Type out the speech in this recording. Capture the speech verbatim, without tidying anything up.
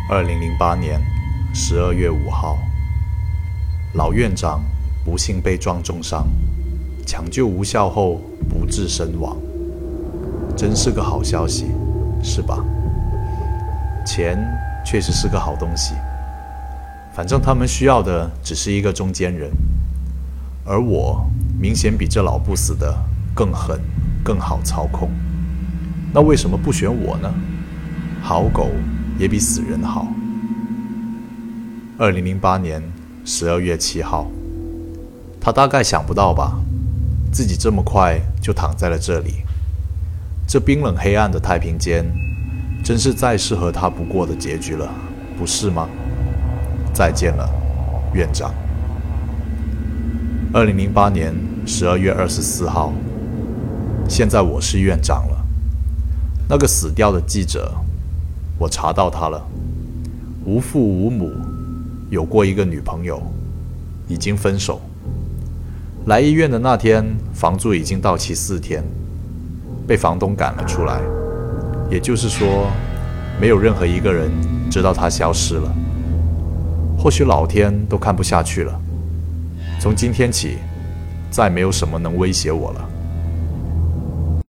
二零零八年十二月五号，老院长不幸被撞重伤，抢救无效后不治身亡。真是个好消息，是吧？钱确实是个好东西，反正他们需要的只是一个中间人，而我明显比这老不死的更狠、更好操控。那为什么不选我呢？好狗也比死人好。二零零八年十二月七号，他大概想不到吧，自己这么快就躺在了这里。这冰冷黑暗的太平间，真是再适合他不过的结局了，不是吗？再见了，院长。二零零八年十二月二十四号，现在我是院长了。那个死掉的记者，我查到他了，无父无母，有过一个女朋友，已经分手。来医院的那天，房租已经到期四天，被房东赶了出来。也就是说，没有任何一个人知道他消失了。或许老天都看不下去了，从今天起，再没有什么能威胁我了。